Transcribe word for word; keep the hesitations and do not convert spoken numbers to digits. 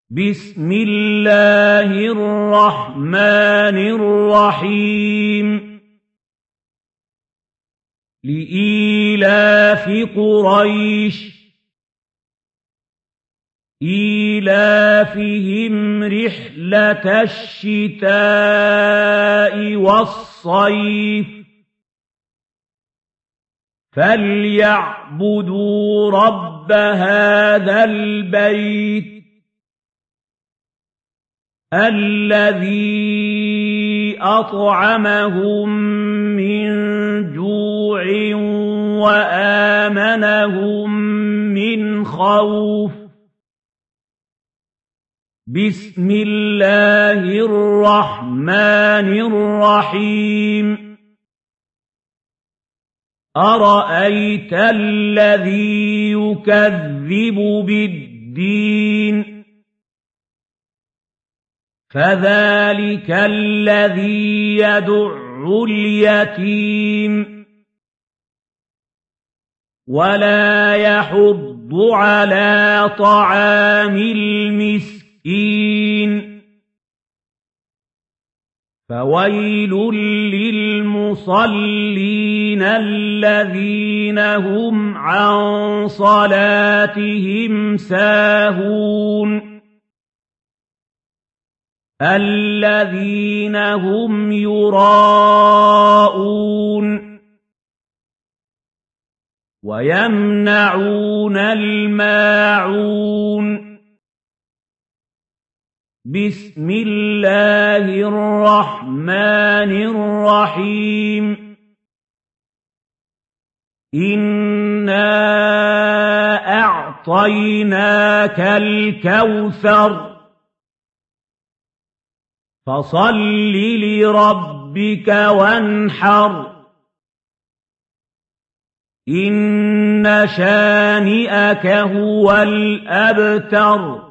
بسم الله الرحمن الرحيم لإيلاف قريش إيلافهم رحلة الشتاء والصيف فليعبدوا رب هذا البيت الذي أطعمهم من جوع وآمنهم من خوف. بسم الله الرحمن الرحيم أرأيت الذي يكذب بالدين فذلك الذي يدع اليتيم ولا يحض على طعام المسكين فويل للمصلين الذين هم عن صلاتهم ساهون الذين هم يراءون ويمنعون الماعون. بسم الله الرحمن الرحيم إنا أعطيناك الكوثر فصل لربك وانحر إن شانئك هو الأبتر.